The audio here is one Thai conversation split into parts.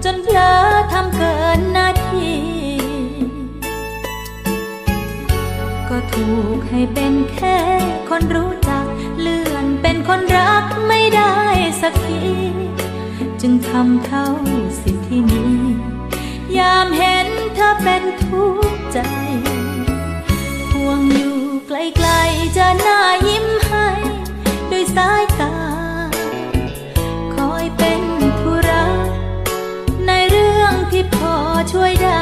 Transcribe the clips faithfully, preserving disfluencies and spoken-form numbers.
จนเผลอทำเกินหน้าที่ก็ถูกให้เป็นแค่คนรู้จักเลื่อนเป็นคนรักไม่ได้สักทีจึงทำเท่าสิ่งที่มียามเห็นเธอเป็นทุกข์ใจห่วงอยู่ไกลๆจะหน้ายิ้มให้ด้วยสายตาคอยเป็นผู้รักในเรื่องที่พอช่วยได้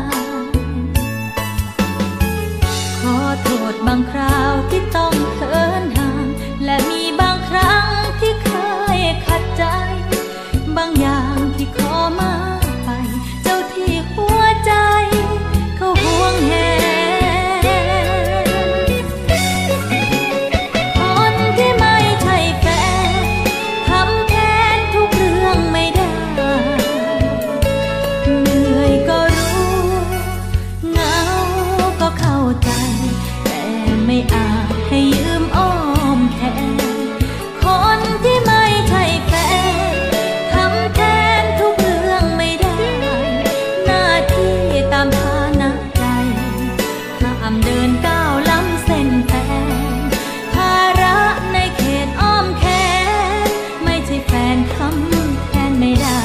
ขอโทษบางคราวที่ต้องเขินห่างและมีบางครั้งที่เคยขัดใจบางอย่างที่ขอมาไปเจ้าที่หัวใจเขาห่วงแหคนที่ไม่ใช่แฟนทำแทนทุกเรื่องไม่ได้เหนื่อยก็รู้เหงาก็เข้าใจแต่ไม่อาจให้ยืมอ้อมแขนคนที่ไม่ใช่แฟนทำแทนทุกเรื่องไม่ได้หน้าที่ตามฐานะใจห้ามเดินก้าวล้ำเส้นแฟนภาระในเขตอ้อมแขนไม่ใช่แฟนทำแทนไม่ได้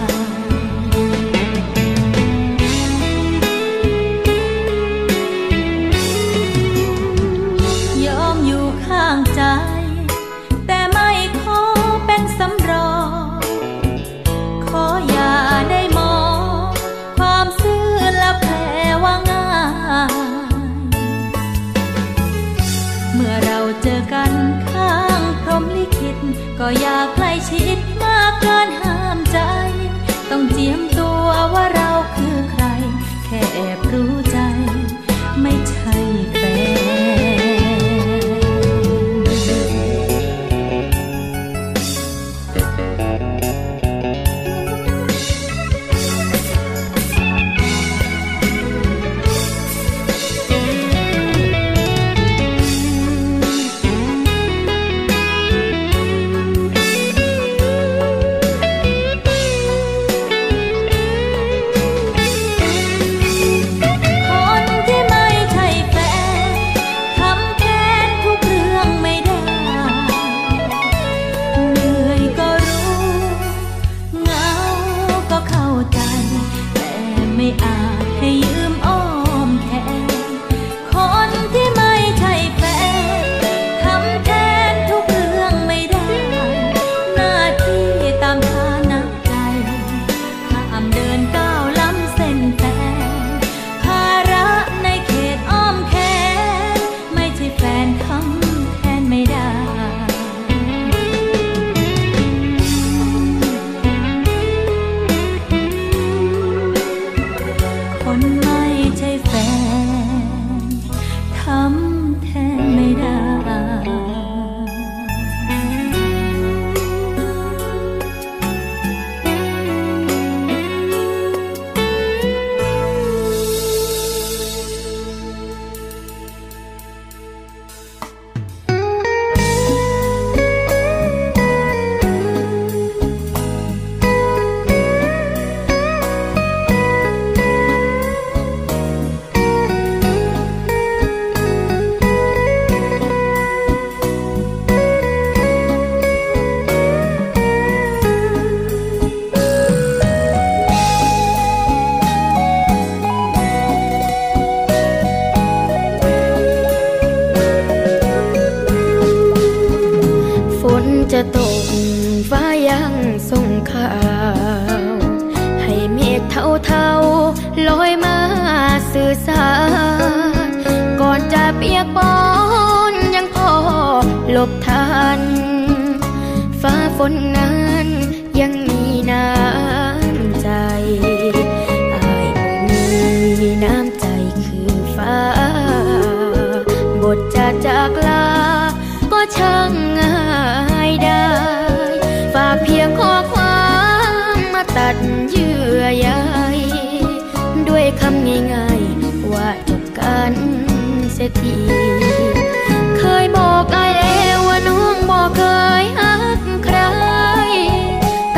ยอมอยู่ข้างใจแต่ไม่ขอเป็นสำรองขออย่าได้มองความซื่อและแผลว่าง่ายเมื่อเราเจอกันข้างพรหมลิขิตก็อยากใกล้ชิดมากเกินห้ามใจต้องเจียมตัวว่าเราคือใครแค่แอบรู้ใจไม่ใช่แฟนไม่อาจให้ยืมอ้อมแขนคนที่ไม่ใช่แฟนทำแทนทุกเรื่องไม่ได้หน้าที่ตามฐานะใจห้ามเดินก้าวล้ำเส้นแฟนภาระในเขตอ้อมแขนไม่ใช่แฟนทำแทนไม่ได้คนไม่ใช่แฟนทำแทนไม่ได้จะตกฟ้ายังส่งข่าวให้เมฆเทาๆลอยมาสื่อสารก่อนจะเปียกปอนยังพอหลบทันฟ้าฝนนั้นยังมีน้ำใจอ้ายบ่มีน้ำใจคือฟ้าบทจะจากลาก็ช่างง่ายได้ฝากเพียงข้อความมาตัดเยื่อใยด้วยคำง่ายๆว่าจบกันเสียทีเคยบอกอ้ายแล้วว่าน้องบ่เคยฮักใคร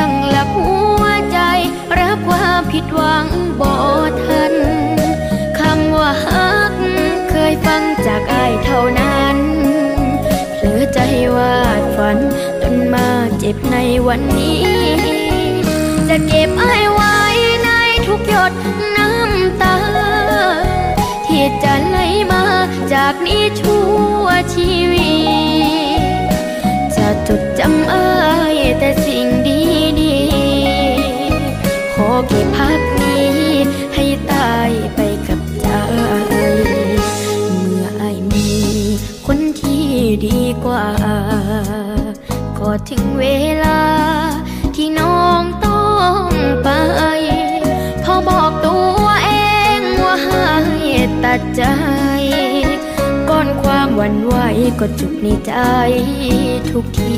ฝันจนมาเจ็บในวันนี้จะเก็บไอ้ไว้ในทุกหยดน้ำตาที่จะไหลมาจากนี้ชั่วชีวิตจะจดจำเอ้ยแต่สิ่งดีๆขอเก็บพักนี้ให้ตายไปกับใจเมื่อไอ้มีคนที่ดีกว่าก็ถึงเวลาที่น้องต้องไปพอบอกตัวเองว่าให้ตัดใจก่อนความหวั่นไหวก็จุกในใจทุกที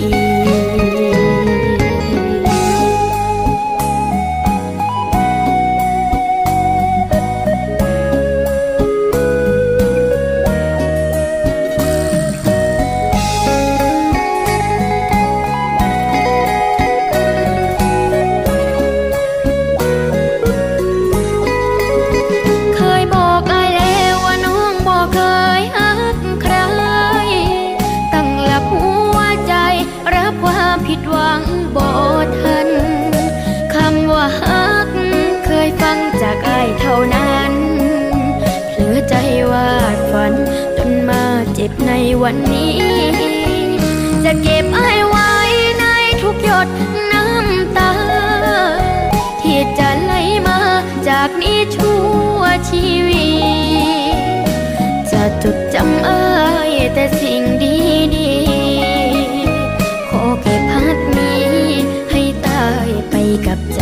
ผิดหวังบ่ทันคำว่าฮักเคยฟังจากอ้ายเท่านั้นเผลอใจวาดฝันจนมาเจ็บในวันนี้จะเก็บอ้ายไว้ในทุกหยดน้ำตาที่จะไหลมาจากนี้ชั่วชีวิตจะจดจำอ้ายแต่สิ่งดีๆขอแค่พักนี้ให้ตายไปกับใจ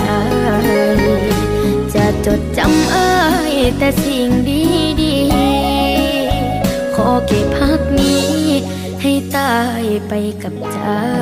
จะจดจำอ้ายแต่สิ่งดีๆขอแค่พักนี้ให้ตายไปกับใจ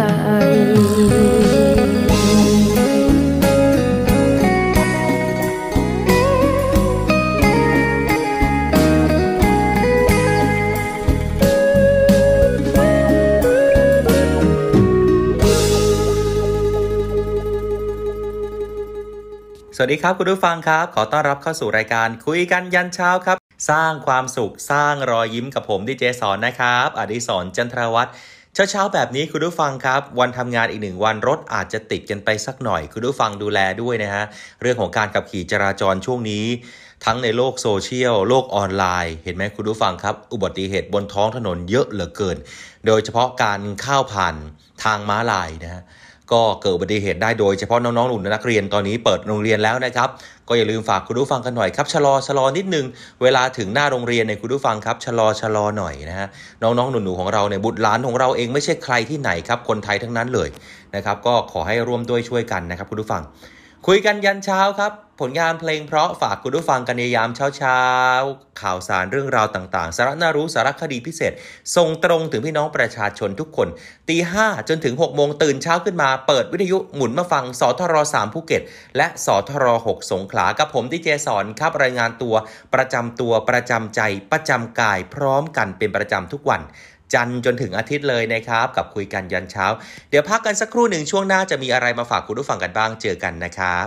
สวัสดีครับคุณผู้ฟังครับขอต้อนรับเข้าสู่รายการคุยกันยันเช้าครับสร้างความสุขสร้างรอยยิ้มกับผมดีเจสอนนะครับอดิศรจันทรวัฒน์เช้าเช้าแบบนี้คุณผู้ฟังครับวันทำงานอีกหนึ่งวันรถอาจจะติดกันไปสักหน่อยคุณผู้ฟังดูแลด้วยนะฮะเรื่องของการขับขี่จราจรช่วงนี้ทั้งในโลกโซเชียลโลกออนไลน์เห็นไหมคุณผู้ฟังครับอุบัติเหตุบนท้องถนนเยอะเหลือเกินโดยเฉพาะการข้ามผ่านทางม้าลายนะฮะก็เกิดอุบัติเหตุได้โดยเฉพาะน้องๆหนุ่มนักเรียนตอนนี้เปิดโรงเรียนแล้วนะครับก็อย่าลืมฝากคุณผู้ฟังกันหน่อยครับชะลอชะลอนิดนึงเวลาถึงหน้าโรงเรียนในคุณผู้ฟังครับชะลอชะลอหน่อยนะฮะน้องๆหนูๆของเราเนี่ยบุตรหลานของเราเองไม่ใช่ใครที่ไหนครับคนไทยทั้งนั้นเลยนะครับก็ขอให้ร่วมด้วยช่วยกันนะครับคุณผู้ฟังคุยกันยันเช้าครับผลงานเพลงเพราะฝากคุณผู้ฟังกันในยามเช้าๆข่าวสารเรื่องราวต่างๆสาระน่ารู้สารคดีพิเศษส่งตรงถึงพี่น้องประชาชนทุกคนตีห้าจนถึงหกโมงตื่นเช้าขึ้นมาเปิดวิทยุหมุนมาฟังสทรสามภูเก็ตและสทรหกสงขลากับผมดีเจสอนครับรายงานตัวประจำตัวประจำใจประจำกายพร้อมกันเป็นประจำทุกวันจันทร์จนถึงอาทิตย์เลยนะครับกับคุยกันยันเช้าเดี๋ยวพักกันสักครู่หนึ่งช่วงหน้าจะมีอะไรมาฝากคุณผู้ฟังกันบ้างเจอกันนะครับ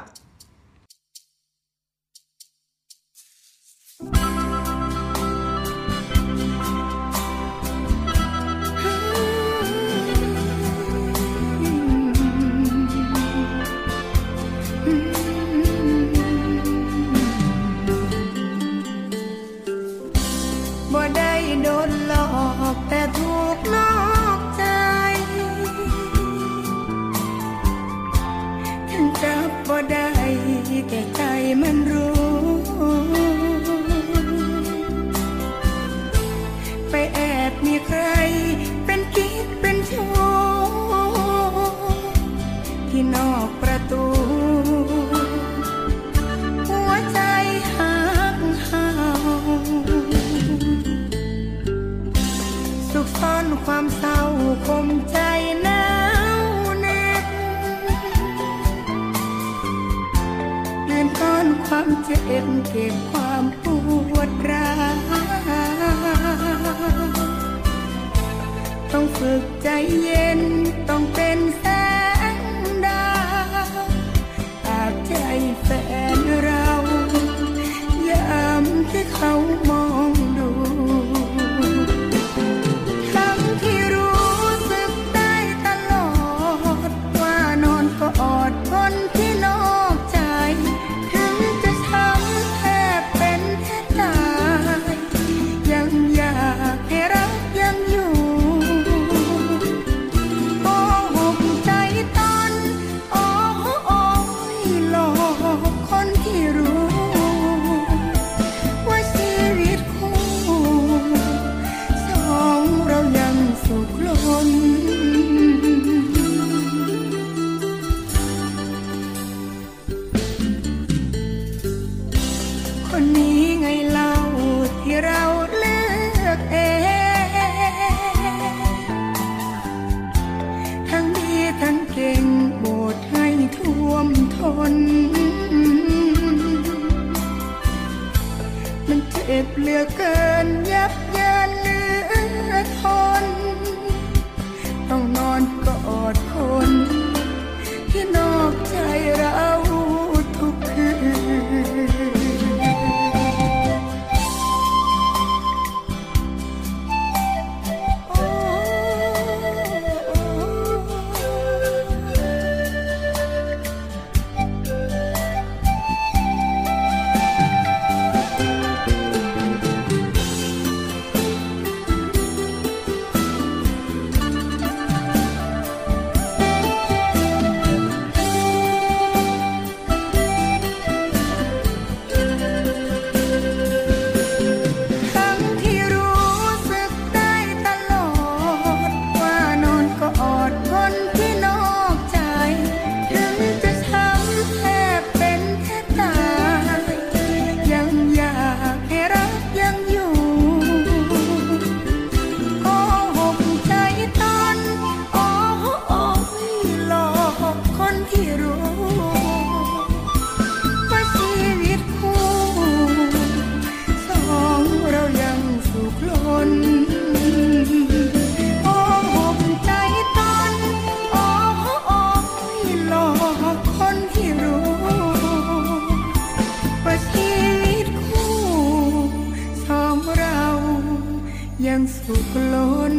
บ่ได้โดนหลอกแต่ถูกนอกใจฉันจับบ่ได้แต่ใจมันรู้ไปแอบมีใครเป็นกิ๊กเป็นชู้ที่นอกประตูหัวใจหักห้าวสุขซ่อนความเศร้าคมใจหนาวเหน็บลืมซ่อนความเจ็บเก็บความปวดร้าวต้องฝึกใจเย็นต้องเป็นแสงดาวอาบใจแฟนเรายามที่เขามองดูทั้งที่รู้สึกได้ตลอเกินยับยั้งเหลือทนต้องนอนกอดคนที่นอกใจเราทุกคืนยังสุขล้น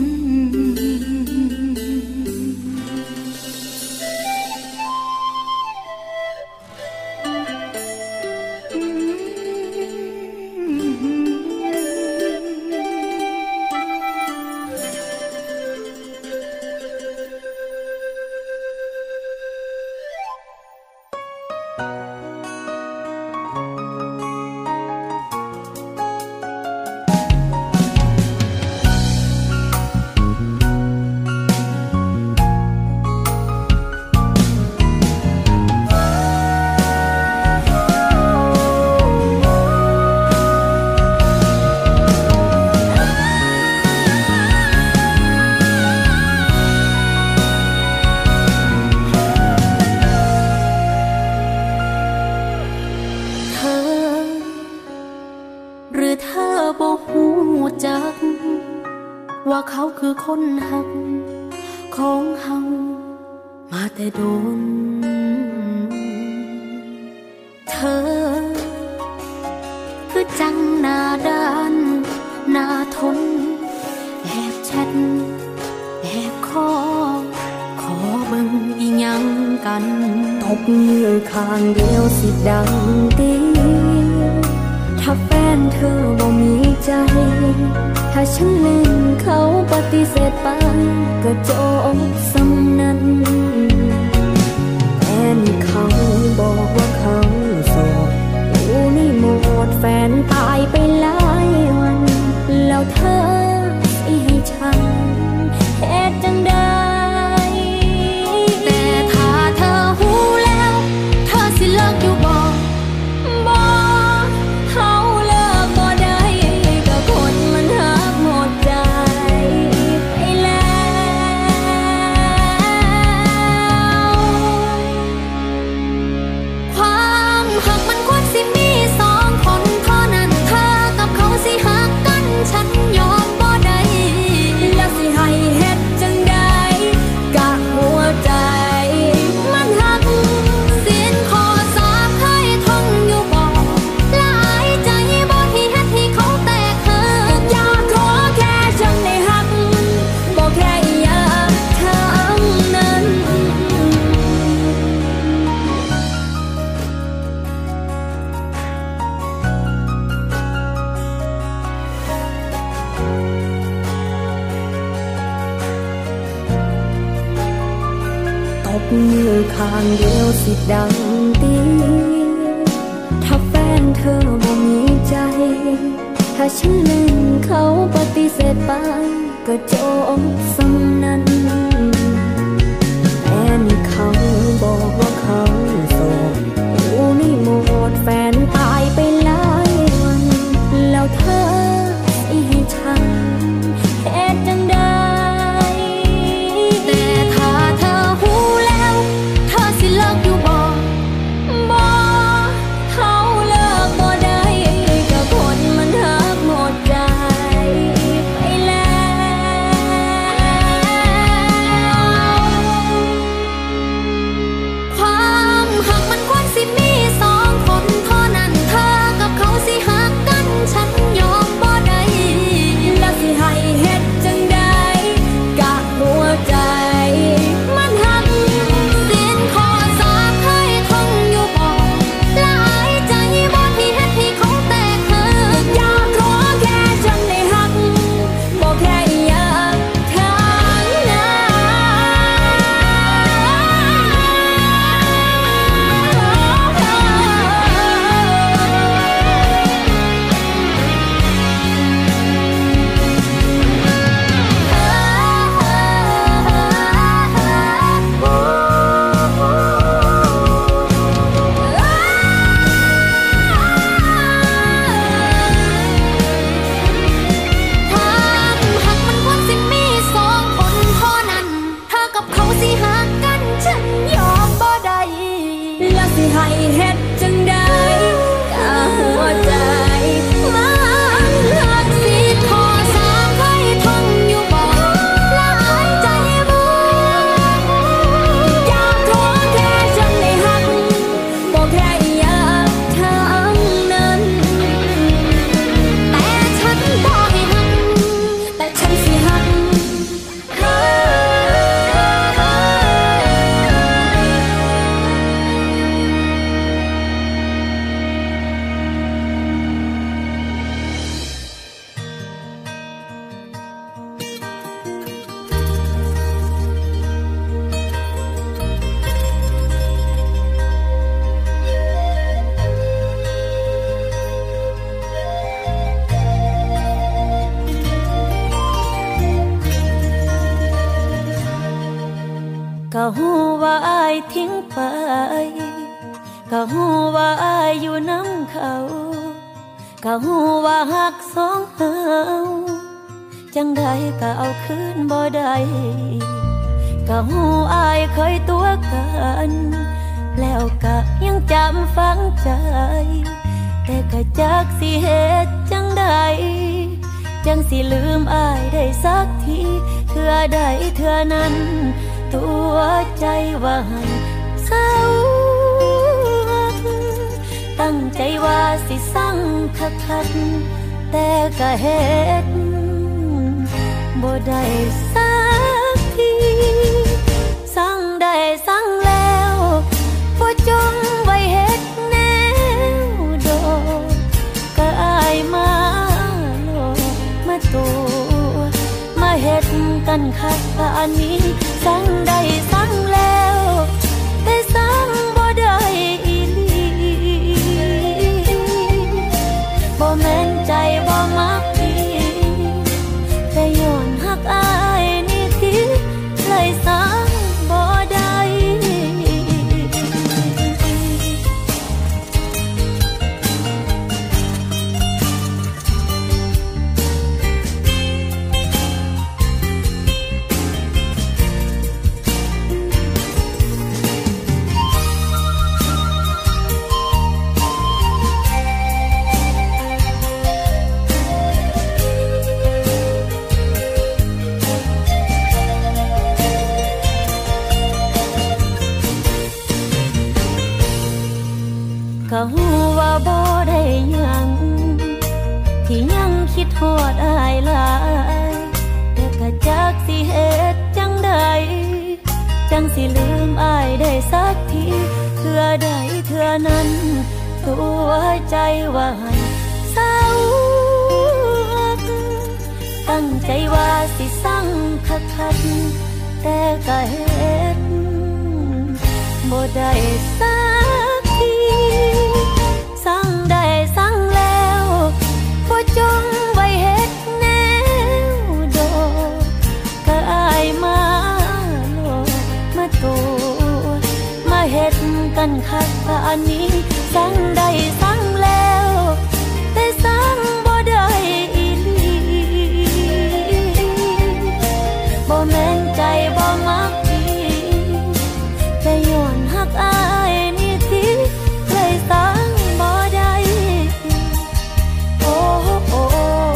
ว่าเขาคือคนหักของเฮามาแต่โดนเธอคือจังหน้าด้านหน้าทนแอบแชทแอบคอขอเบิ่งอีหยังกันตบมือข้างเดียวสิดังตีถ้าแฟนเธอบ่มีใจถ้าฉันเล่นเขาปฏิเสธไปก็จบสำนั้นแต่นี่เขาบอกว่าเขาโสดอยู่ในโหมดแฟนตายไปหลายวันแล้วเธอสิให้ฉันเฮ็ดจังใดแต่ถ้าเธอหูแล้วเธอสิเลิกอยู่บ่บ่เขาเลิกบ่ได้ก็คนมันหักหมดใจไปแล้วความหักมันควรสิมีสองคนเท่านั้นเธอกับเขาสิหักกันฉันยอมบ่ได้แล้วสิให้เฮ็ดจังใดกะหัวใจมันหักเสียนขอสาบเคยท่องอยู่บ่หลายใจบ่ที่เฮ็ดให้เขาแตกหักอยากขอแค่ฉันได้หักบ่แค่อยากทั้งนั้นตบมือข้างเดียวสิดังตีถ้าแฟนเธอบ่มีใจถ้าฉันเล่นเขาปฏิเสธไปก็จบสำนั้นแต่นี่เขาบอกว่าเขาโสดอยู่ในโหมดแฟนตายไปหลายวันแล้วเธอสิให้ฉันเฮ็ดจังใดแต่ถ้าเธอหูแล้วเธอสิเลิกอยู่บ่บ่เขาเลิกบ่ได้ก็คนมันหักให้เฮ็ดจังใดก็หัวใจมันหักสิขอสาใครทนอยู่บ่หลายใจบ่อยากขอแค่ฉันได้หักบ่แค่อยากทั้งนั้นแต่ฉันบ่ให้หักแต่ฉันสิหักก็ฮู้ว่าอายทิ้งไปก็ฮู้ว่าอายอยู่นำเขาก็ฮู้ว่าฮักสองเฮาจังใดก็เอาคืนบ่ได้ก็ฮู้อายเคยตัวกันแล้วก็ยังจำฝังใจแต่ก็จักสิเฮ็ดจังใดจังสิลืมอายได้สักทีเทื่อใดเทื่อนั้นตัวใจว่าให้เศร้าตั้งใจว่าสิสั่งคักๆแต่ก็เฮ็ดบ่ได้สักทีสั่งได้สั่งแล้วบ่จงไว้เฮ็ดแนวดอกก็อายมาโลมาตัวมาเฮ็ดกันคักปานนี้สั่งได้สั่งแล้วแต่สั่งบ่ได้อีหลีบ่แม่นใจบ่มักดีแต่ย้อนฮักอายนี่ติเลยสั่งบ่ได้ก็ฮู้ว่าบ่ได้หยังที่ยังคิดฮอดอายหลายแต่ก็จักสิเฮ็ดจังใดจังสิลืมอายได้สักทีเทื่อใดเทื่อนั้นตัวใจว่าให้เศร้าตั้งใจว่าสิสั่งคักๆแต่ก็เฮ็ดบ่ได้สักทีสั่งได้สั่งแล้วบ่จงไว้เฮ็ดแนวดอกก็อายมาโลมาตัวมาเฮ็ดกันคักปานนี้สั่งได้สั่งแล้วแต่สั่งบ่ได้อีหลีบ่แม่นใจบ่มักดีแต่ย้อนฮักอายนี่ติเลยสั่งบ่ได้โอ้โอ้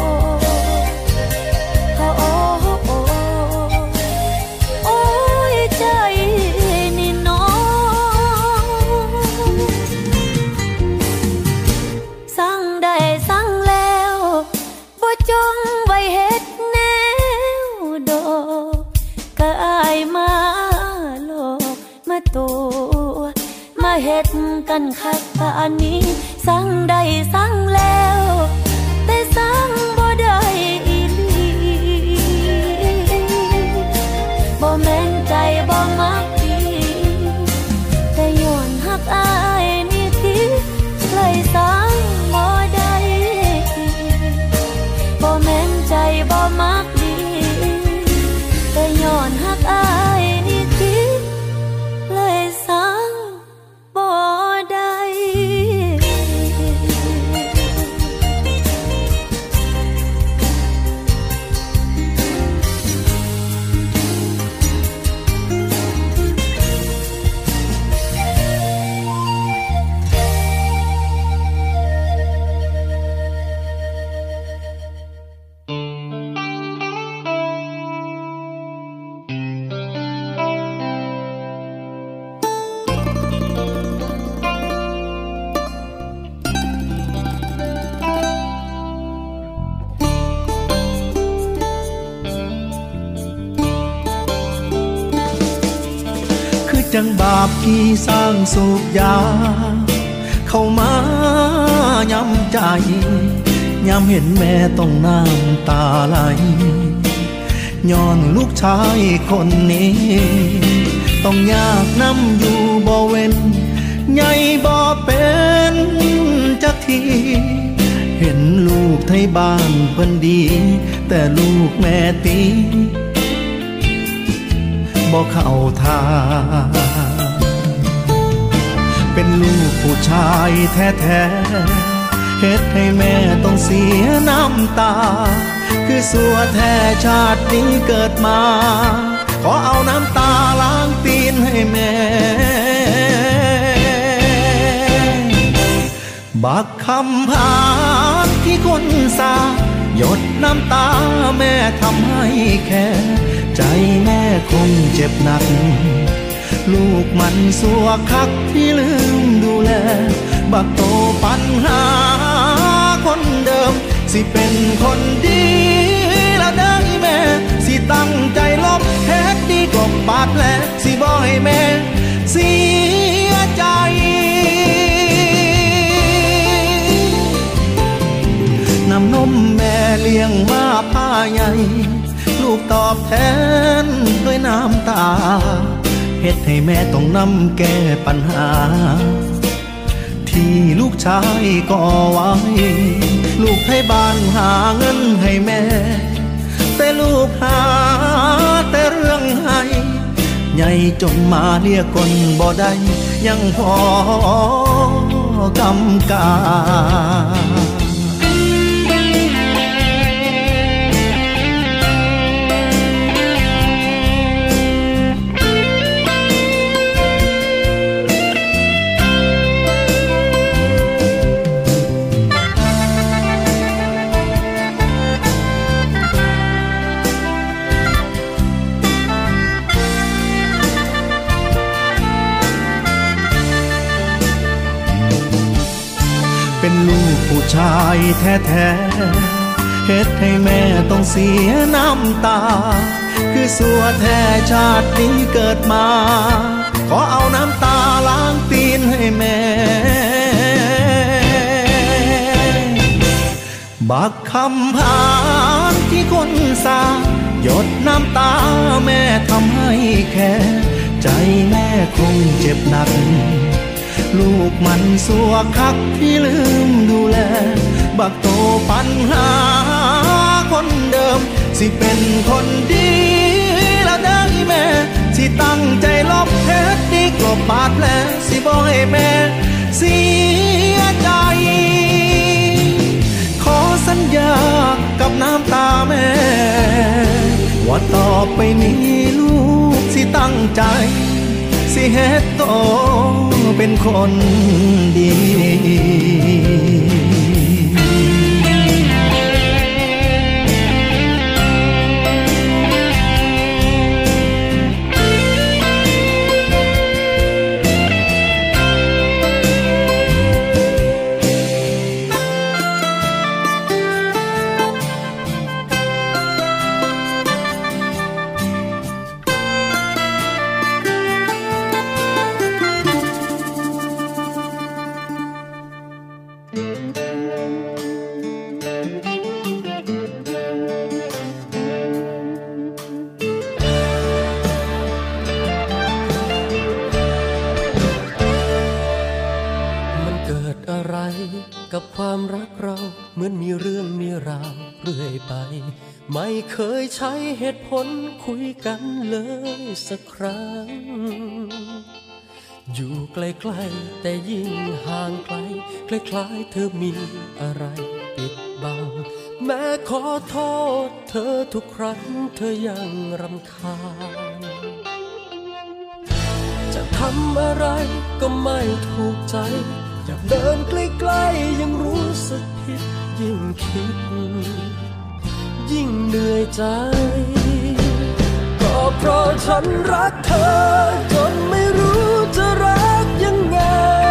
โอ้โอ้โอ้โอ้ยใจนี่น้อสั่งได้สั่งแล้วบ่จงไว้เฮ็ดแนวดอกก็อายมาโลกมาตัวมาเฮ็ดกันคักปานนี้สั่งได้สั่งแล้วแต่สั่งบ่ได้อีหลีบ่แม่นใจบ่มักดีแต่ย้อนฮักอายนี่ติเลยสั่งบ่ได้บ่แม่นใจบ่มักดีแต่ย้อนฮักอายนี่ติเลยสั่งบ่ได้จังบาปที่สร้างสูบยาเข้ามายำใจยามเห็นแม่ต้องน้ำตาไหลย้อนลูกชายคนนี้ต้องยากน้ำอยู่บ่เว้นใหญ่บ่เป็นจักทีเห็นลูกไทยบ้านเพิ่นดีแต่ลูกแม่ตีบ่เข้าทางเป็นลูกผู้ชายแท้ๆเฮ็ดให้แม่ต้องเสียน้ำตาคือสัวแท้ชาตินี้เกิดมาขอเอาน้ำตาล้างตีนให้แม่บักคำพานที่คนสาหยดน้ำตาแม่ทำให้แค่ใจแม่คงเจ็บหนักลูกมันสัวคักที่ลืมดูแลบักโตปัญหาคนเดิมสิเป็นคนดีละเด้อแม่สิตั้งใจลบแท็กดีกบปาดแผลสิบ่ให้แม่เสียใจน้ำนมแม่เลี้ยงมาผ้าใหญ่ลูกตอบแทนด้วยน้ำตาเฮ็ดให้แม่ต้องนำแก้ปัญหาที่ลูกชายก่อไว้ลูกให้บ้านหาเงินให้แม่แต่ลูกหาแต่เรื่องให้ใหญ่จนมาเรียกคนบ่ได้ยังพอกำกาเป็นลูกผู้ชายแท้ๆเฮ็ดให้แม่ต้องเสียน้ำตาคือสัวแท้ชาตินี้เกิดมาขอเอาน้ำตาล้างตีนให้แม่บักคำพานที่คนสาหยดน้ำตาแม่ทำให้แค่ใจแม่คงเจ็บหนักลูกมันสัวคักที่ลืมดูแลบักโตปัญหาคนเดิมสิเป็นคนดีละเด้อแม่สิตั้งใจลบเพชรดีกลบบาดแผลสิบ่ให้แม่เสียใจขอสัญญากับน้ำตาแม่ว่าต่อไปนี้ลูกสิตั้งใจสิเฮ็ดโตเป็นคนดีกับความรักเราเหมือนมีเรื่องมีราวเรื่อยไปไม่เคยใช้เหตุผลคุยกันเลยสักครั้งอยู่ใกล้ๆแต่ยิ่งห่างไกลคล้ายๆเธอมีอะไรปิดบังแม้ขอโทษเธอทุกครั้งเธอยังรำคาญจะทำอะไรก็ไม่ถูกใจอยากเดินใกล้ๆยังรู้สึกผิดยิ่งคิดยิ่งเหนื่อยใจก็เพราะฉันรักเธอจนไม่รู้จะรักยังไง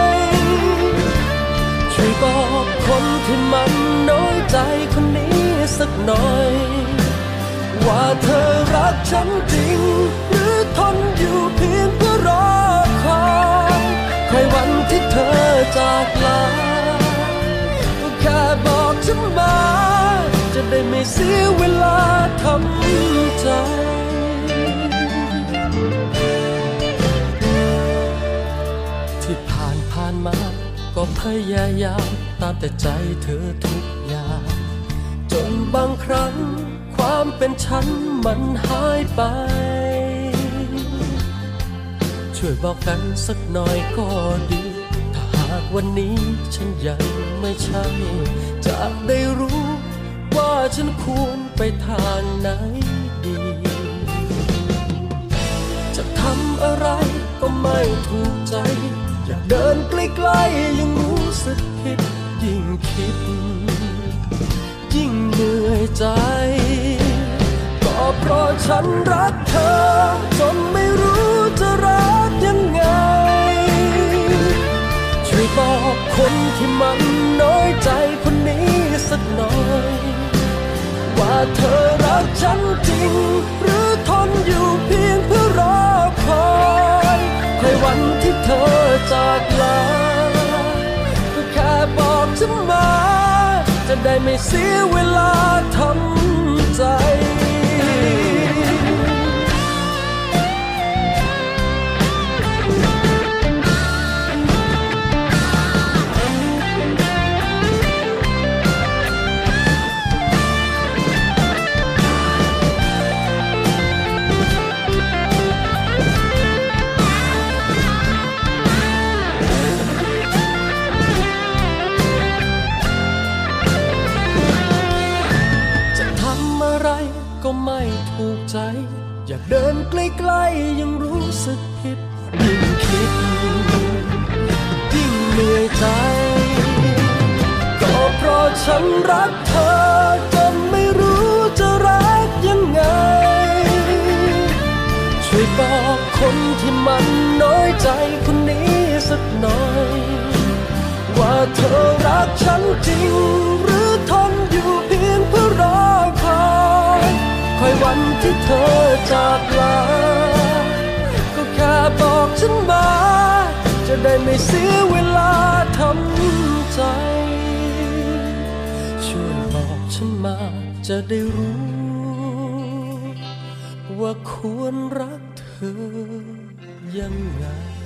ช่วยบอกคนที่มันน้อยใจคนนี้สักหน่อยว่าเธอรักฉันจริงหรือทนอยู่เพียงเพื่อรอจากลาก็แค่บอกฉันมาจะได้ไม่เสียเวลาทำใจที่ผ่านผ่านมาก็พยายามตามแต่ใจเธอทุกอย่างจนบางครั้งความเป็นฉันมันหายไปช่วยบอกกันสักหน่อยก็ดีถ้าหากวันนี้ฉันยังไม่ใช่จะได้รู้ว่าฉันควรไปทางไหนดีจะทำอะไรก็ไม่ถูกใจอยากเดินใกล้ๆยังรู้สึกผิดยิ่งคิดยิ่งเหนื่อยใจก็เพราะฉันรักเธอจนไม่รู้จะรักยังไงช่วยบอกคนที่มันน้อยใจคนนี้สักหน่อยว่าเธอรักฉันจริงหรือทนอยู่เพียงเพื่อรอคอยคอยวันที่เธอจากลาก็แค่บอกฉันมาจะได้ไม่เสียเวลาทำใจก็ไม่ถูกใจอยากเดินใกล้ๆยังรู้สึกผิดยิ่งคิดยิ่งเหนื่อยใจก็เพราะฉันรักเธอจนไม่รู้จะรักยังไงช่วยบอกคนที่มันน้อยใจคนนี้สักหน่อยว่าเธอรักฉันจริงหรือทนอยู่เพียงเพื่อรอคอยคอยวันที่เธอจากลาก็แค่บอกฉันมาจะได้ไม่เสียเวลาทำใจช่วยบอกฉันมาจะได้รู้ว่าควรรักเธอยังไง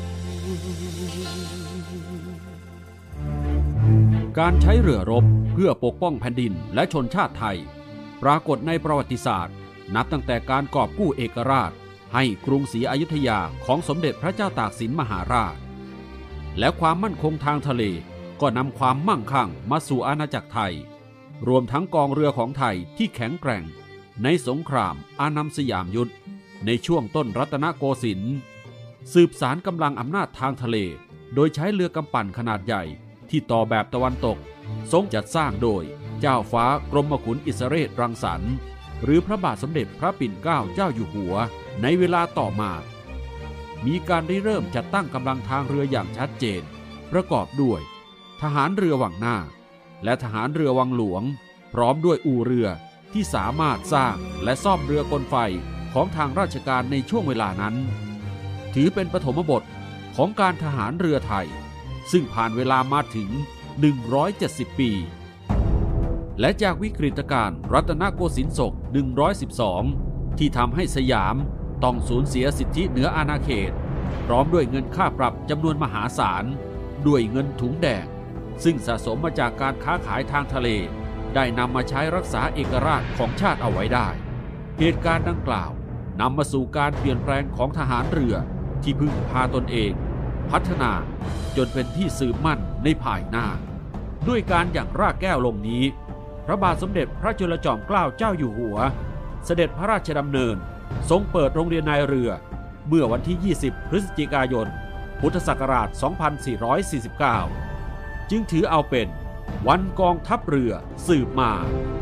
การใช้เรือรบเพื่อปกป้องแผ่นดินและชนชาติไทยปรากฏในประวัติศาสตร์นับตั้งแต่การกอบกู้เอกราชให้กรุงศรีอยุธยาของสมเด็จพระเจ้าตากสินมหาราชและความมั่นคงทางทะเลก็นำความมั่งคั่งมาสู่อาณาจักรไทยรวมทั้งกองเรือของไทยที่แข็งแกร่งในสงครามอาณาสยามยุทธในช่วงต้นรัตนโกสินทร์สืบสารกำลังอำนาจทางทะเลโดยใช้เรือกำปั่นขนาดใหญ่ที่ต่อแบบตะวันตกทรงจัดสร้างโดยเจ้าฟ้ากรมขุนอิสเรศรังสรรค์หรือพระบาทสมเด็จพระปิ่นเกล้าเจ้าอยู่หัวในเวลาต่อมามีการริเริ่มจัดตั้งกำลังทางเรืออย่างชัดเจนประกอบด้วยทหารเรือวังหน้าและทหารเรือวังหลวงพร้อมด้วยอู่เรือที่สามารถสร้างและซ่อมเรือกลไฟของทางราชการในช่วงเวลานั้นถือเป็นปฐมบทของการทหารเรือไทยซึ่งผ่านเวลามาถึงหนึ่งร้อยเจ็ดสิบปีและจากวิกฤตการณ์รัตนโกสินทร์ศกหนึ่งร้อยสิบสองที่ทำให้สยามต้องสูญเสียสิทธิเหนืออาณาเขตพร้อมด้วยเงินค่าปรับจำนวนมหาศาลด้วยเงินถุงแดงซึ่งสะสมมาจากการค้าขายทางทะเลได้นำมาใช้รักษาเอกราชของชาติเอาไว้ได้เหตุการณ์ดังกล่าวนำมาสู่การเปลี่ยนแปลงของทหารเรือที่พึ่งพาตนเองพัฒนาจนเป็นที่สืบมั่นในภายหน้าด้วยการอย่างรากแก้วลงนี้พระบาทสมเด็จพระจุลจอมเกล้าเจ้าอยู่หัวเสด็จพระราชดำเนินทรงเปิดโรงเรียนนายเรือเมื่อวันที่ยี่สิบพฤศจิกายนพุทธศักราชสองพันสี่ร้อยสี่สิบเก้าจึงถือเอาเป็นวันกองทัพเรือสืบมา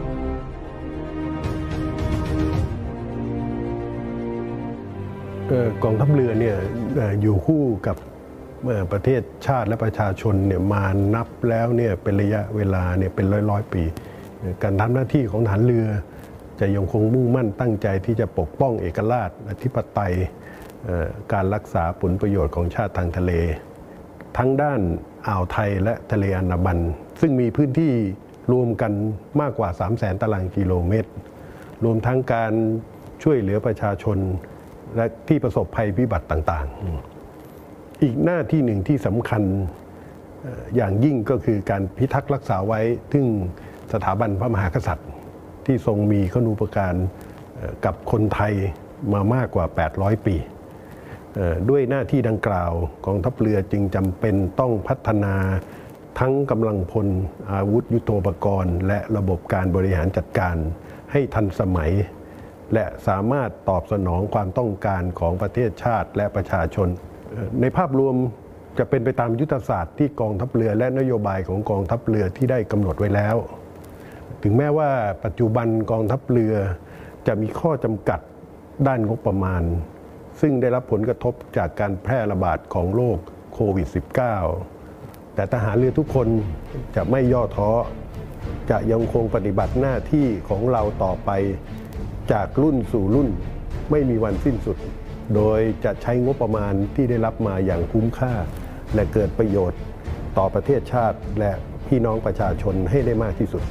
กองทัพเรือเนี่ยอยู่คู่กับประเทศชาติและประชาชนเนี่ยมานับแล้วเนี่ยเป็นระยะเวลาเนี่ยเป็นร้อยร้อยปีการทำหน้าที่ของทหารเรือจะยังคงมุ่งมั่นตั้งใจที่จะปกป้องเอกราชอธิปไตยการรักษาผลประโยชน์ของชาติทางทะเลทั้งด้านอ่าวไทยและทะเลอันดามันซึ่งมีพื้นที่รวมกันมากกว่า สามแสน ตารางกิโลเมตรรวมทั้งการช่วยเหลือประชาชนและที่ประสบภัยพิบัติต่างๆอีกหน้าที่หนึ่งที่สำคัญอย่างยิ่งก็คือการพิทักษ์รักษาไว้ถึงสถาบันพระมหากษัตริย์ที่ทรงมีคุณูปการกับคนไทยมามากกว่าแปดร้อยปีด้วยหน้าที่ดังกล่าวกองทัพเรือจึงจำเป็นต้องพัฒนาทั้งกำลังพลอาวุธยุทโธปกรณ์และระบบการบริหารจัดการให้ทันสมัยและสามารถตอบสนองความต้องการของประเทศชาติและประชาชนในภาพรวมจะเป็นไปตามยุทธศาสตร์ที่กองทัพเรือและนโยบายของกองทัพเรือที่ได้กำหนดไว้แล้วถึงแม้ว่าปัจจุบันกองทัพเรือจะมีข้อจำกัดด้านงบประมาณซึ่งได้รับผลกระทบจากการแพร่ระบาดของโรคโควิด สิบเก้า แต่ทหารเรือทุกคนจะไม่ย่อท้อจะยังคงปฏิบัติหน้าที่ของเราต่อไปจากรุ่นสู่รุ่นไม่มีวันสิ้นสุดโดยจะใช้งบประมาณที่ได้รับมาอย่างคุ้มค่าและเกิดประโยชน์ต่อประเทศชาติและพี่น้องประชาชนให้ได้มากที่สุด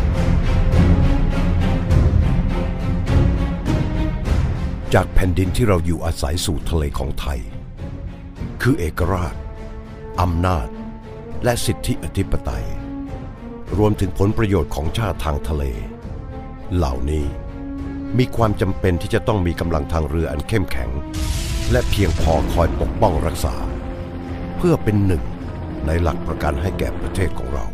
จากแผ่นดินที่เราอยู่อาศัยสู่ทะเลของไทยคือเอกราชอำนาจและสิทธิอธิปไตยรวมถึงผลประโยชน์ของชาติทางทะเลเหล่านี้มีความจำเป็นที่จะต้องมีกำลังทางเรืออันเข้มแข็งและเพียงพอคอยปกป้องรักษาเพื่อเป็นหนึ่งในหลักประกันให้แก่ประเทศของเรา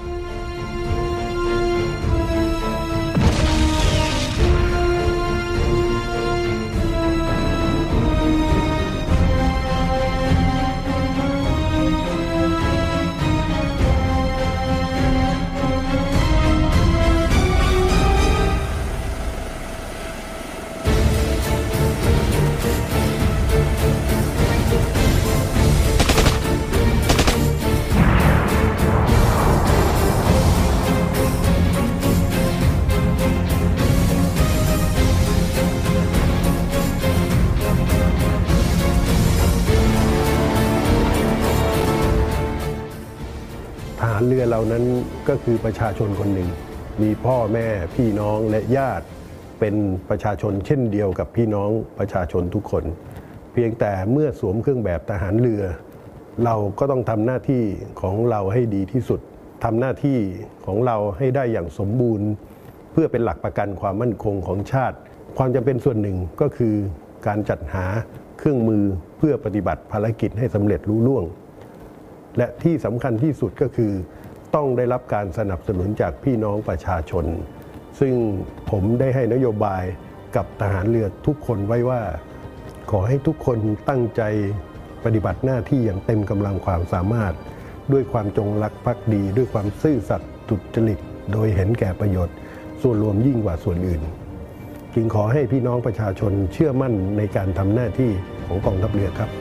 เรือเรานั้นก็คือประชาชนคนหนึ่งมีพ่อแม่พี่น้องและญาติเป็นประชาชนเช่นเดียวกับพี่น้องประชาชนทุกคนเพียงแต่เมื่อสวมเครื่องแบบทหารเรือเราก็ต้องทำหน้าที่ของเราให้ดีที่สุดทำหน้าที่ของเราให้ได้อย่างสมบูรณ์เพื่อเป็นหลักประกันความมั่นคงของชาติความจำเป็นส่วนหนึ่งก็คือการจัดหาเครื่องมือเพื่อปฏิบัติภารกิจให้สำเร็จลุล่วงและที่สำคัญที่สุดก็คือต้องได้รับการสนับสนุนจากพี่น้องประชาชนซึ่งผมได้ให้นโยบายกับทหารเรือทุกคนไว้ว่าขอให้ทุกคนตั้งใจปฏิบัติหน้าที่อย่างเต็มกำลังความสามารถด้วยความจงรักภักดีด้วยความซื่อสัตย์สุจริตโดยเห็นแก่ประโยชน์ส่วนรวมยิ่งกว่าส่วนอื่นจึงขอให้พี่น้องประชาชนเชื่อมั่นในการทำหน้าที่ของกองทัพเรือครับ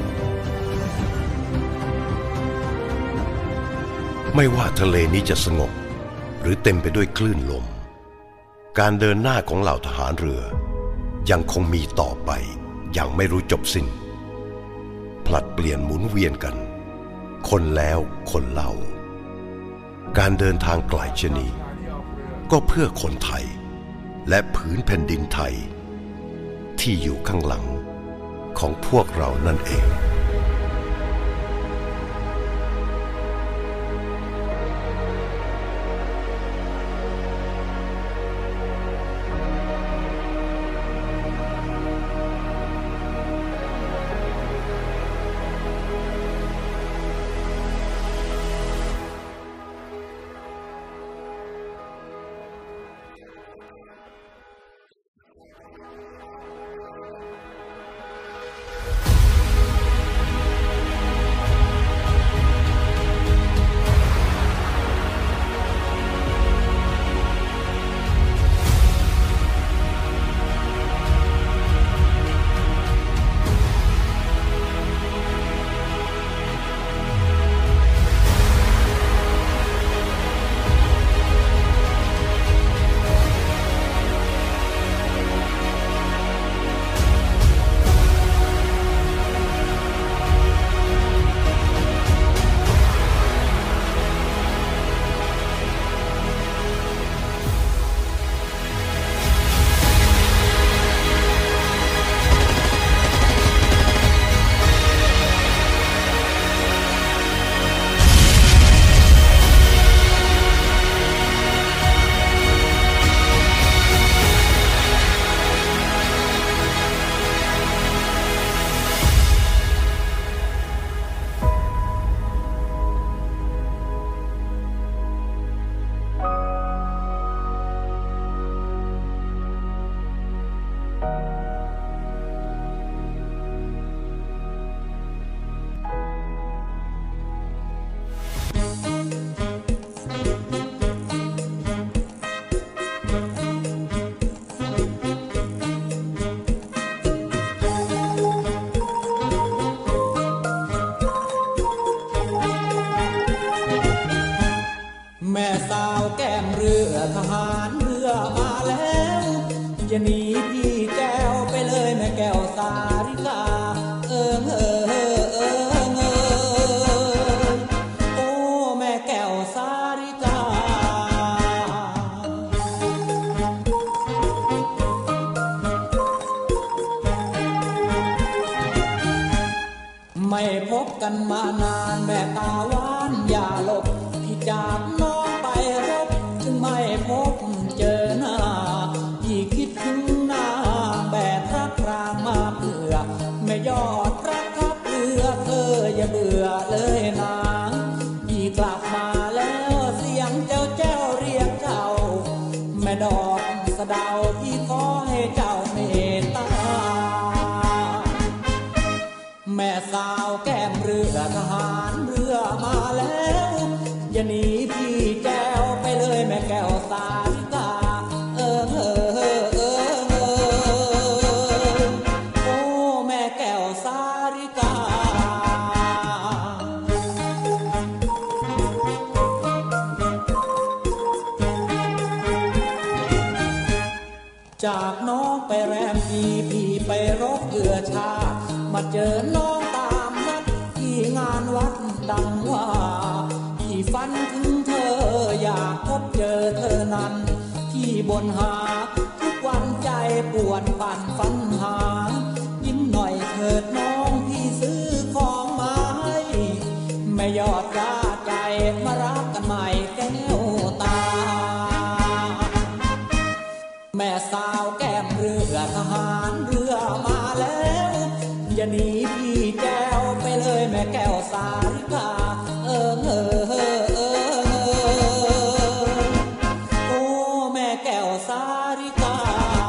ไม่ว่าทะเลนี้จะสงบหรือเต็มไปด้วยคลื่นลมการเดินหน้าของเหล่าทหารเรือยังคงมีต่อไปอย่างไม่รู้จบสิ้นผลัดเปลี่ยนหมุนเวียนกันคนแล้วคนเล่าการเดินทางไกลชนีก็เพื่อคนไทยและผืนแผ่นดินไทยที่อยู่ข้างหลังของพวกเรานั่นเองอย่าหนีพี่แก้วไปเลยแม่แก้วสาริกาเออเออเออเออเออโอ้แม่แก้วสาริกาไม่พบกันมานานแม่ตาหวานอย่าหลบพี่จากน้องไปรบจึงไม่พบเจอหน้าพี่คิดถึงหน้าแบกรักรางมาเผื่อแม่ยอดรักทับเรือเธออย่าเบื่อเลยนะพี่กลับมาแล้วเสียงเจ้าแจ้วเรียกเจ้าแม่ดอกสะเดาพี่ขอให้เจ้าเมตตาแม่สาวแก้มเรือทหารเรือมาแล้วอย่าหนีพี่แก้วไปเลยแม่แก้วสาริกาเออเออเออเออเออโอ้แม่แก้วสาริกาจากน้องไปแรมปีพี่ไปรบเรือชามาเจอน้องตามนัดที่งานวัดดังว่าที่ฝันถึงเธออยากพบเจอเธอนั้นที่บนหาทุกวันใจปวดปั่นฝันหายิ้มหน่อยเถิดน้องพี่ซื้อของมาให้แม่ยอดกล้าใจมารักกันใหม่แก้วตาแม่สาวแก้มเรือทหารเรือมาแล้วอย่าหนีพี่แก้วไปเลยแม่แก้วสาริกาเออเออเออเออโอ้แม่แก้วสาริกา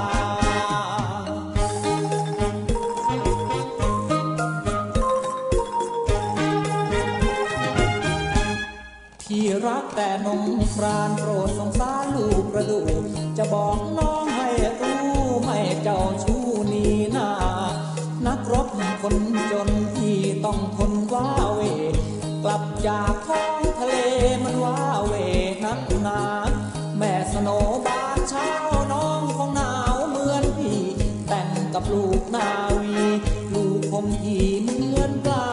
ที่รักแต่นงครานโปรดสงสารลูกกระดูกจะบอกน้องให้รู้ไม่เจ้าชู้นี่นานักรบคนจนที่ต้องทนว้าเวกลับจากท้องทะเลมันว้าเวนักหนาแม่สโนบานเช้าน้องคงหนาวเหมือนพี่แต่งกับลูกนาวีลูกคมที่เหมือนปลา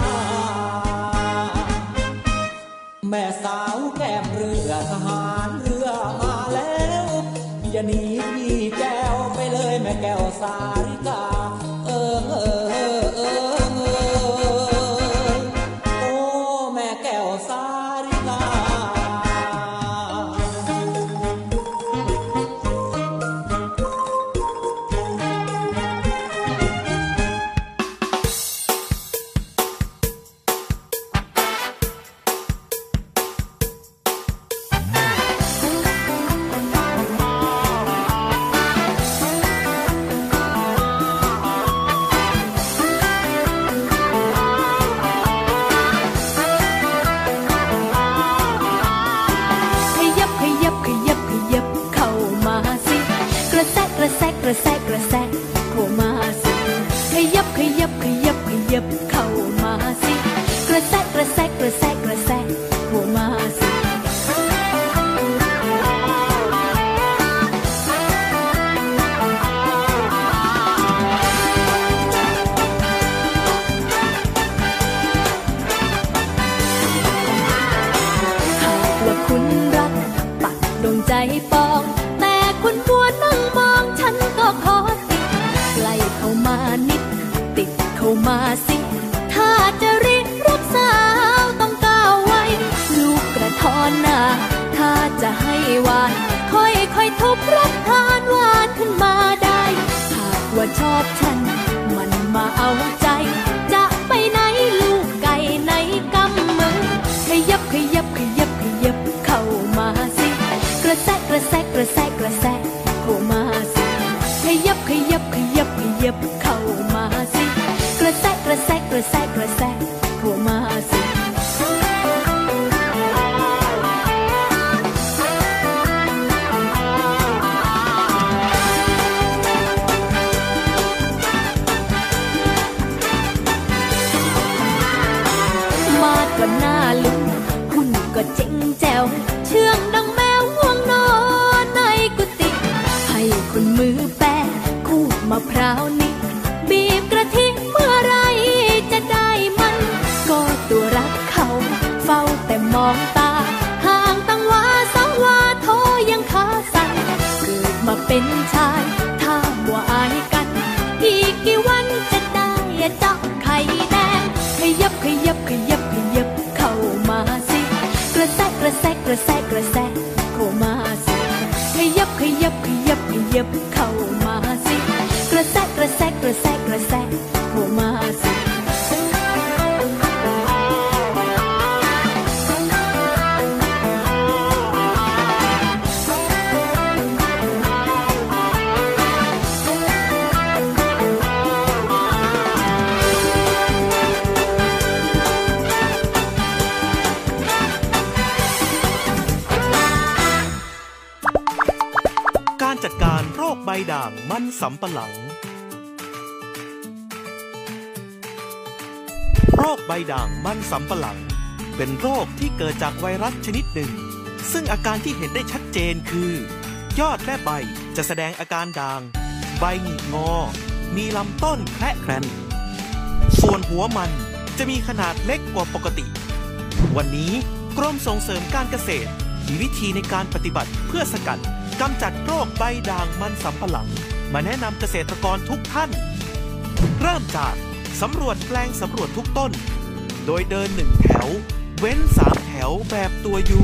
แม่สาวแก้มเรือทหารเรือมาแล้วอย่าหนีพี่แก้วไปเลยแม่แก้วสาริกาเออเออเออเออเออโอ้แม่แก้วสาริกากระแซกกระแซกกระแซกเข้ามาสิขยับขยับขยับขยับเข้ามาสิกระแซกกระแซกกระแซกกระแซกเข้ามาสิหากว่าคุณรักปักดวงใจปองแต่คุณมัวนั่งมองฉันก็ขอติดใกล้เข้ามานิดติดเข้ามาสิถ้าจะรีบรักสาวต้องก้าวไว้ลูกกระท้อนหน้าถ้าจะให้หวานค่อยค่อยทุบรักทานหวานขึ้นมาได้หากว่าชอบฉันมันมาเอาใจจะไปไหนลูกไก่ในกำมือขยับขยับขยับขยับเข้ามาสิกระแซกกระแซกกระแซกกระแซกเข้ามาสิขยับขยับขยับขยับเข้ามาสิกระแซกกระแซกกระแซกกระแซกเข้ามาสิมาก็หน้าลุ้นหุ่นก็เจ๋งแจ๋วเชื่องดังแมวง่วงนอนในกุฏิให้คนมือแปะาวนี้บีบกระทิเมื่อไรจะได้มันก็ตัวรักเขาเฝ้าแต่มองตาห่างตั้งว่าสองว่าโทยังขาสั่นเกิดมาเป็นชายถ้ามัวอายกันอีกกี่วันจะได้เจาะไข่แดงขยับขยับขยับขยับเข้ามาสิกระแซะกระแซะกระแซะกระแซะเข้ามาสิขยับขยับขยับขยับเข้ามาสิกระแซะกระแซะกระแซะกระแซะเข้ามาสิจัดการโรคใบด่างมันสำปะหลังโรคใบด่างมันสำปะหลังเป็นโรคที่เกิดจากไวรัสชนิดหนึ่งซึ่งอาการที่เห็นได้ชัดเจนคือยอดและใบจะแสดงอาการด่างใบหงิกงอมีลำต้นแคระแครนส่วนหัวมันจะมีขนาดเล็กกว่าปกติวันนี้กรมส่งเสริมการเกษตรมีวิธีในการปฏิบัติเพื่อสกัดกำจัดโรคใบด่างมันสำปะหลังมาแนะนำเกษตรกรทุกท่านเริ่มจากสำรวจแปลงสำรวจทุกต้นโดยเดินหนึ่งแถวเว้นสามแถวแบบตัวยู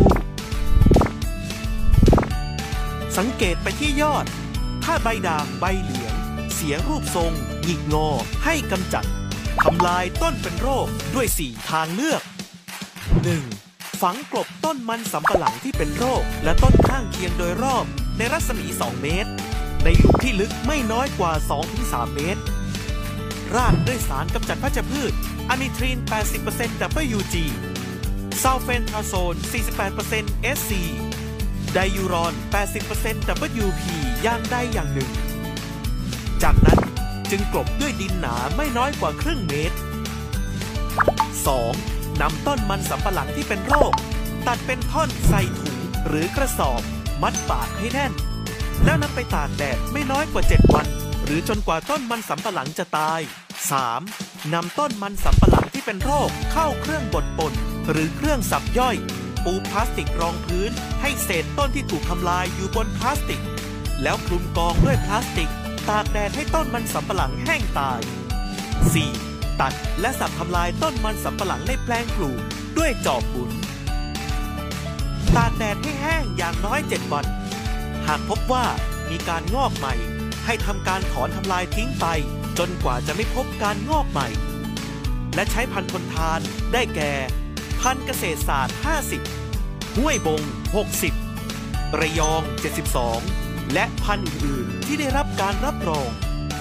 สังเกตไปที่ยอดถ้าใบด่างใบเหลืองเสียรูปทรงหงิกงอให้กำจัดทำลายต้นเป็นโรคด้วยสี่ทางเลือก หนึ่ง. ฝังกลบต้นมันสำปะหลังที่เป็นโรคและต้นข้างเคียงโดยรอบในรัศมีสองเมตรในหลุมที่ลึกไม่น้อยกว่า สองถึงสาม เมตรราดด้วยสารกำจัดวัชพืชอะมิทรีน แปดสิบเปอร์เซ็นต์ ดับเบิลยู จี ซัลเฟนทราโซน สี่สิบแปดเปอร์เซ็นต์ เอส ซี ไดยูรอน แปดสิบเปอร์เซ็นต์ ดับเบิลยู พี อย่างใดอย่างหนึ่งจากนั้นจึงกลบด้วยดินหนาไม่น้อยกว่าครึ่งเมตร สอง. นำต้นมันสำปะหลังที่เป็นโรคตัดเป็นท่อนใส่ถุงหรือกระสอบมัดปากให้แน่นแล้วนำไปตากแดดไม่น้อยกว่าเจ็ดวันหรือจนกว่าต้นมันสำปะหลังจะตาย สาม. นำต้นมันสำปะหลังที่เป็นโรคเข้าเครื่องบดป่นหรือเครื่องสับย่อยปูพลาสติกรองพื้นให้เศษต้นที่ถูกทำลายอยู่บนพลาสติกแล้วคลุมกองด้วยพลาสติกตากแดดให้ต้นมันสำปะหลังแห้งตาย สี่. ตัดและสับทำลายต้นมันสำปะหลังในแปลงปลูกด้วยจอบบุ๋นตากแดดให้แห้งอย่างน้อยเจ็ดวันหากพบว่ามีการงอกใหม่ให้ทำการถอนทำลายทิ้งไปจนกว่าจะไม่พบการงอกใหม่และใช้พันธุ์ทนทานได้แก่พันธุ์เกษตรศาสตร์ห้าสิบห้วยบงหกสิบระยองเจ็ดสิบสองและพันธุ์อื่นที่ได้รับการรับรอง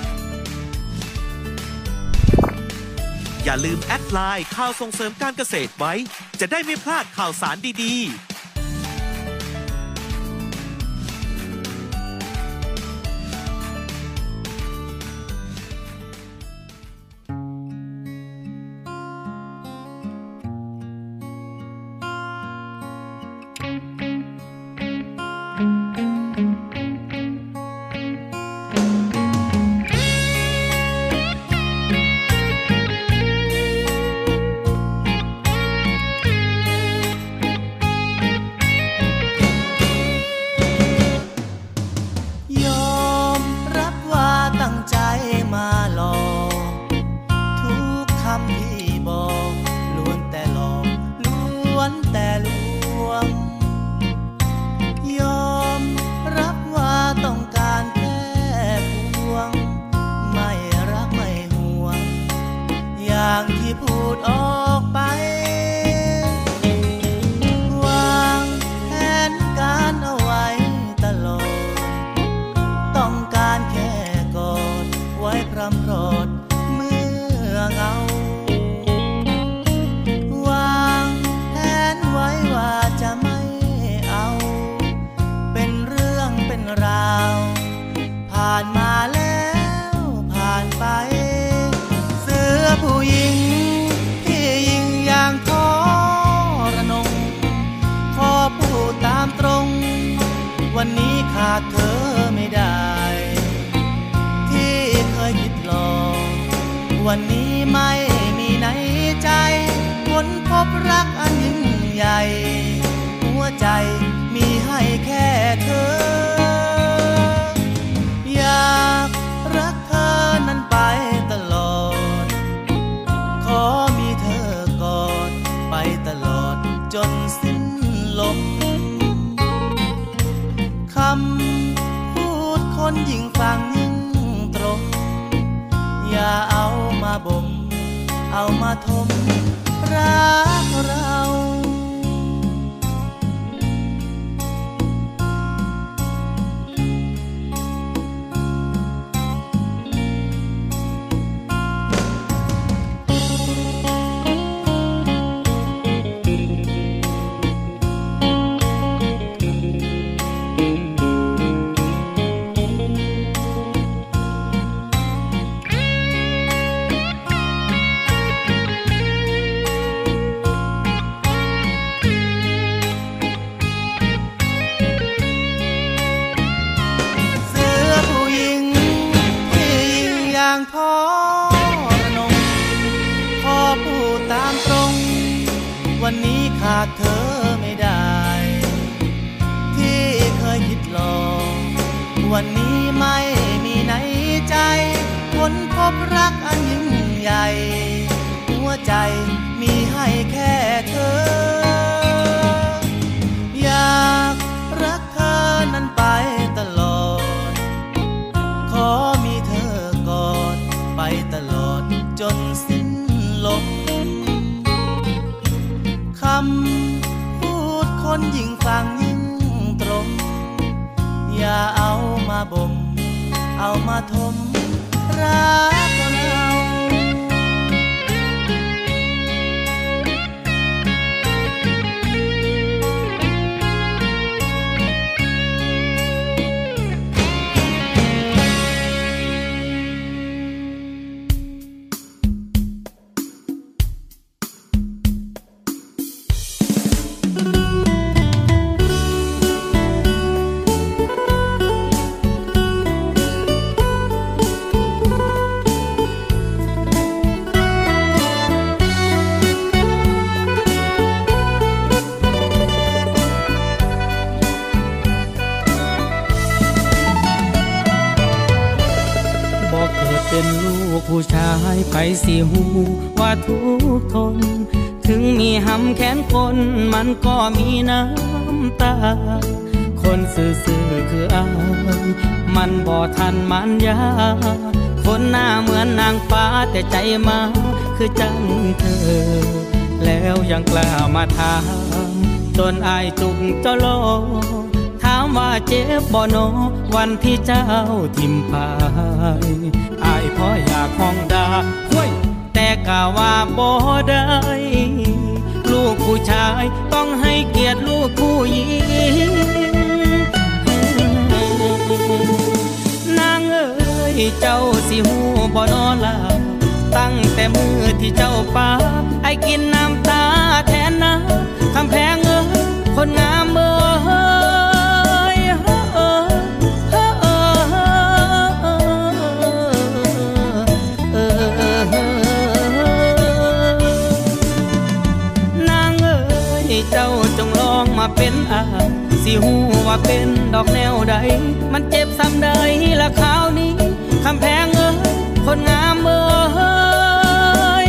อย่าลืมแอดไลน์ข่าวส่งเสริมการเกษตรไว้จะได้ไม่พลาดข่าวสารดีๆวันนี้ขาดเธอไม่ได้ที่เคยไม่มีในใจค้นพบรักอันยิ่งใหญ่หัวใจมีให้แค่เธออยากรักเธอนั้นไปตลอดขอมีเธอกอดไปตลอดจนสิ้นลมคำพูดคนยิ่งฟังยิ่งตรงอย่าเอามาบ่มเอามาทมรักเราพ่อนงขอพูดตามตรงวันนี้ขาดเธอไม่ได้ที่เคยคิดลองวันนี้ไม่มีในใจค้นพบรักอันยิ่งใหญ่หัวใจมีให้แค่เธออยากรักเธอนั้นไปตลอดขอมีเธอกอดไปตลอดจนสิ้นลมคำพูดคนยิ่งฟังยิ่งตรงอย่าเอามาบ่มเอามาทมรักเราเป็นลูกผู้ชายไปสิหูว่าทุกทนถึงมีหำแขนคนมันก็มีน้ำตาคนซื่อๆคืออายมันบ่ทันมันยาคนหน้าเหมือนนางฟ้าแต่ใจมาคือจังเธอแล้วยังกล้ามาถามจนอายจุกเจ้าโลถามว่าเจ็บบ่โนวันที่เจ้าทิมพายอายพออยากห้องด่าห้วยแต่กะว่าบ่ได้ลูกผู้ชายต้องให้เกียรติลูกผู้หญิงนางเอ้ยเจ้าสิหูบ่นอนล่ะตั้งแต่มือที่เจ้าป้าไอ้กินน้ำตาแทนน้ำคำแพงเอ้ยคนงามเอ้ยนางเอ้ยเจ้าจงลองมาเป็นอาสิหูว่าเป็นดอกแนวใดมันเจ็บซ้ำใดละคราวนี้คำแพงเอ้ยคนงามเอ้ย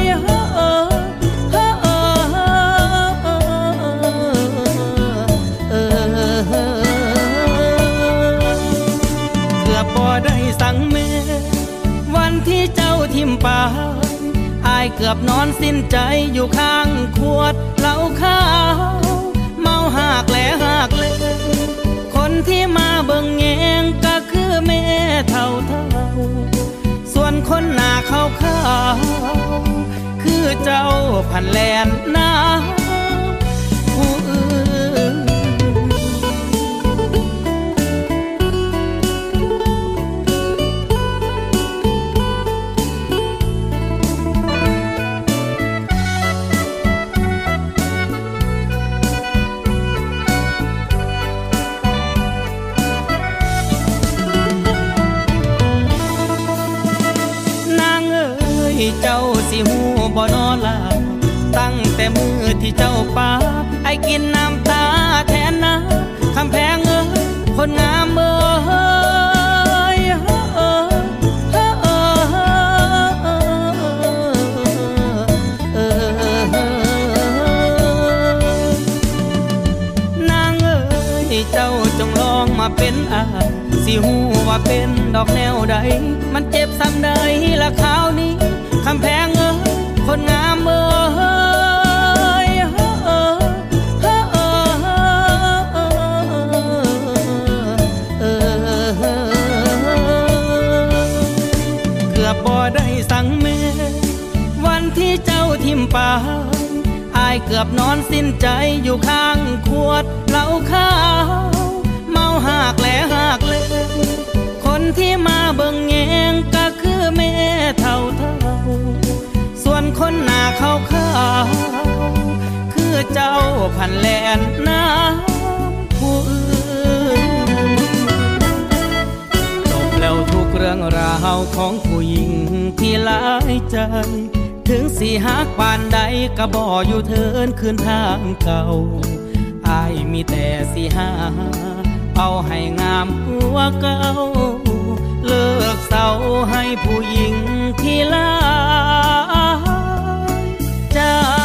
เกือบบ่ได้สั่งแม่วันที่เจ้าทิมป่าอายเกือบนอนสิ้นใจอยู่ข้างขวดเหล้าขาวเมาหากแหลหากเลคนที่มาเบิ่งแยงก็คือแม่เท่าเท่าส่วนคนหน้าขาวขาวคือเจ้าพันแลนหน้าผู้อื่นเจ้าสิหูบ่นอนลาตั้งแต่มือที่เจ้าป่าไอ้กินน้ำตาแทนนะคำแพงเอ้ยคนงามเอ้ยนางเอ้ยเจ้าจงลองมาเป็นอาสิหูว่าเป็นดอกแนวใดมันเจ็บซ้ำใดละคราวนี้คำแพงเอ้ยคนงามเอ้ยเกือบบ่ได้สั่งแม่วันที่เจ้าทิมป่าอายเกือบนอนสิ้นใจอยู่ข้างขวดเหล้าขาวเมาหากแหลหากเล่คนที่มาเบิ่งแยงก็คือแม่เท่าเท่าส่วนคนหน้าขาวขาวคือเจ้าพันแลนน้ำผู้อื่นจบแล้วทุกเรื่องราวของผู้หญิงที่หลายใจถึงสิหักปานใดก็บ่อยู่เทินคืนทางเก่าอายมีแต่สิหาเอาให้งามหัวเก่าเลิกเศร้าให้ผู้หญิงที่หลายใจ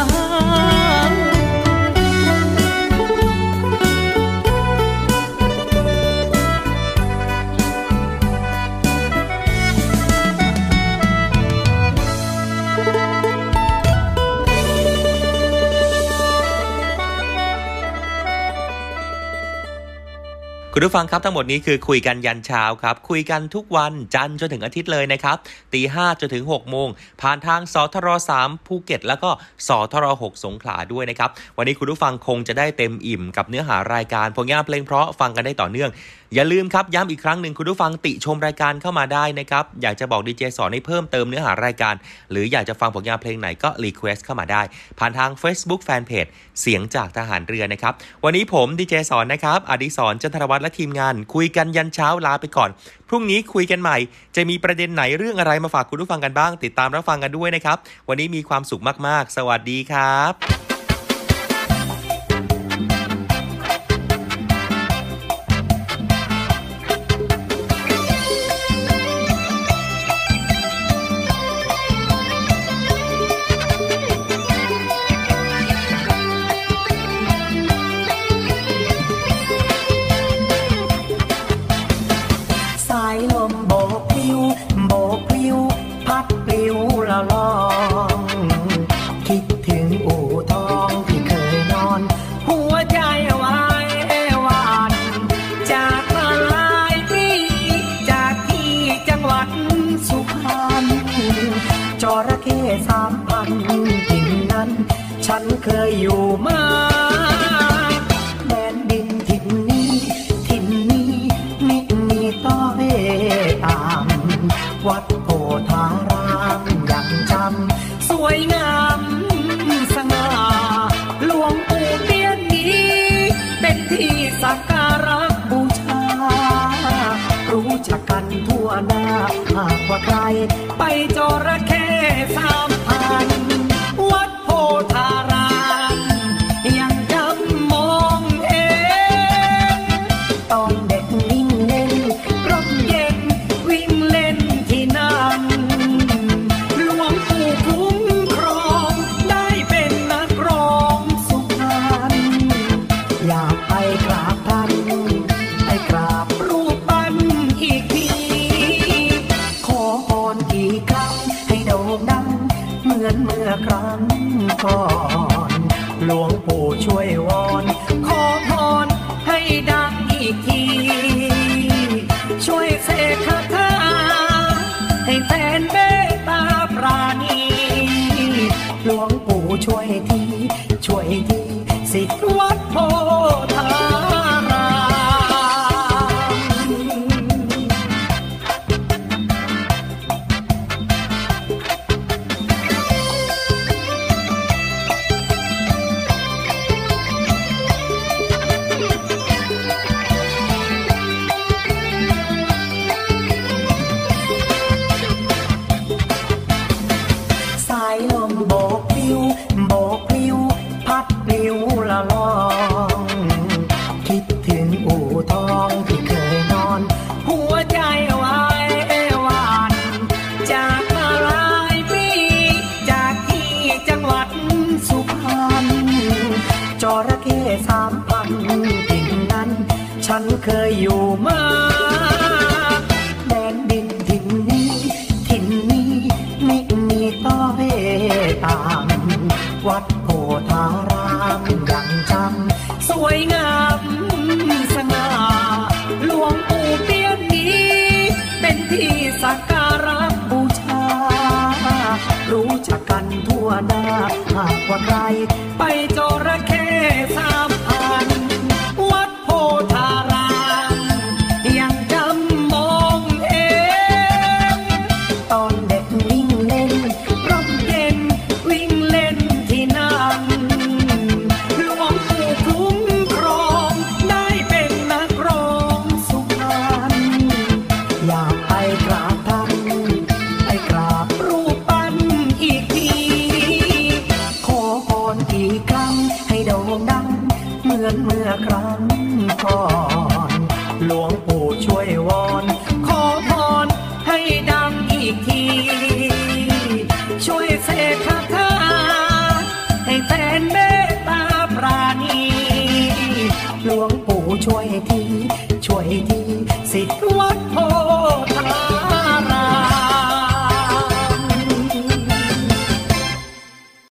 คุณผู้ฟังครับทั้งหมดนี้คือคุยกันยันเช้าครับคุยกันทุกวันจันทร์จนถึงอาทิตย์เลยนะครับตีห้าจนถึงหกโมงผ่านทางสทรสามภูเก็ตแล้วก็สทรหกสงขลาด้วยนะครับวันนี้คุณผู้ฟังคงจะได้เต็มอิ่มกับเนื้อหารายการผลงานเพลงเพราะฟังกันได้ต่อเนื่องอย่าลืมครับย้ำอีกครั้งหนึ่งคุณผู้ฟังติชมรายการเข้ามาได้นะครับอยากจะบอกดีเจสอนให้เพิ่มเติมเนื้อหารายการหรืออยากจะฟังผลงานเพลงไหนก็รีเควสต์เข้ามาได้ผ่านทาง Facebook Fanpage เสียงจากทหารเรือนะครับวันนี้ผมดีเจสอนนะครับอดิศรจันทรวัฒน์และทีมงานคุยกันยันเช้าลาไปก่อนพรุ่งนี้คุยกันใหม่จะมีประเด็นไหนเรื่องอะไรมาฝากคุณผู้ฟังกันบ้างติดตามรับฟังกันด้วยนะครับวันนี้มีความสุขมากๆสวัสดีครับฉันเคยอยู่มาแดนดินถิ่นนี้ถิ่นนี้มิมีต้อยตามวัดโพธารามยังจำสวยงามสง่าหลวงปู่เปี้ยนนี้เป็นที่สักการะบูชารู้จักกันทั่วหน้าหากว่าใครไปจระเข้สามพันวัดโพธารามยังจำมองเห็นตอนเด็กวิ่งเล่นร่มเย็นวิ่งเล่นที่นั่นหลวงปู่คุ้มครองได้เป็นนักร้องสุพรรณอยากไปกราบท่านไปกราบรูปปั้นอีกทีขอพรกี่ครั้งให้โด่งดังเหมือนเมื่อครั้งก่อนหลวงปู่ช่วยวอนขอพรให้ดังอีกทีช่วยเสกคาถาให้แฟนเมตตาปราณีหลวงปู่ช่วยทีช่วยทีสิทธิ์วัดโพธารามสายลมโบกปลิวโบกปลิวพัดปลิวละลองคิดถึงอู่ทองที่เคยนอนหัวใจวายหวานจากมาหลายปีจากที่จังหวัดสุพรรณจระเข้สามพันถิ่นนั้นฉันเคยอยู่มาแดนดินถิ่นนี้ถิ่นนี้มิมีต้อยตามวัดโพธารามยังจำสวยงามสง่าหลวงปู่เปี้ยนนี้เป็นที่สักการะบูชารู้จักกันทั่วหน้าหากว่าใครไปจระเข้สามพันวัดโพธารามยังจำมองเห็นตอนเด็กวิ่งเล่นร่มเย็นวิ่งเล่นที่นั่นหลวงปู่คุ้มครองได้เป็นนักร้องสุพรรณอยากไปกราบท่านไปกราบรูปปั้นอีกทีขอพรอีกครั้งให้โด่งดังเหมือนเมื่อครั้งก่อนหลวงปู่ช่วยวอนขอพรให้ดังอีกทีช่วยเสกคาถาให้แฟนเมตตาปราณีหลวงปู่ช่วยที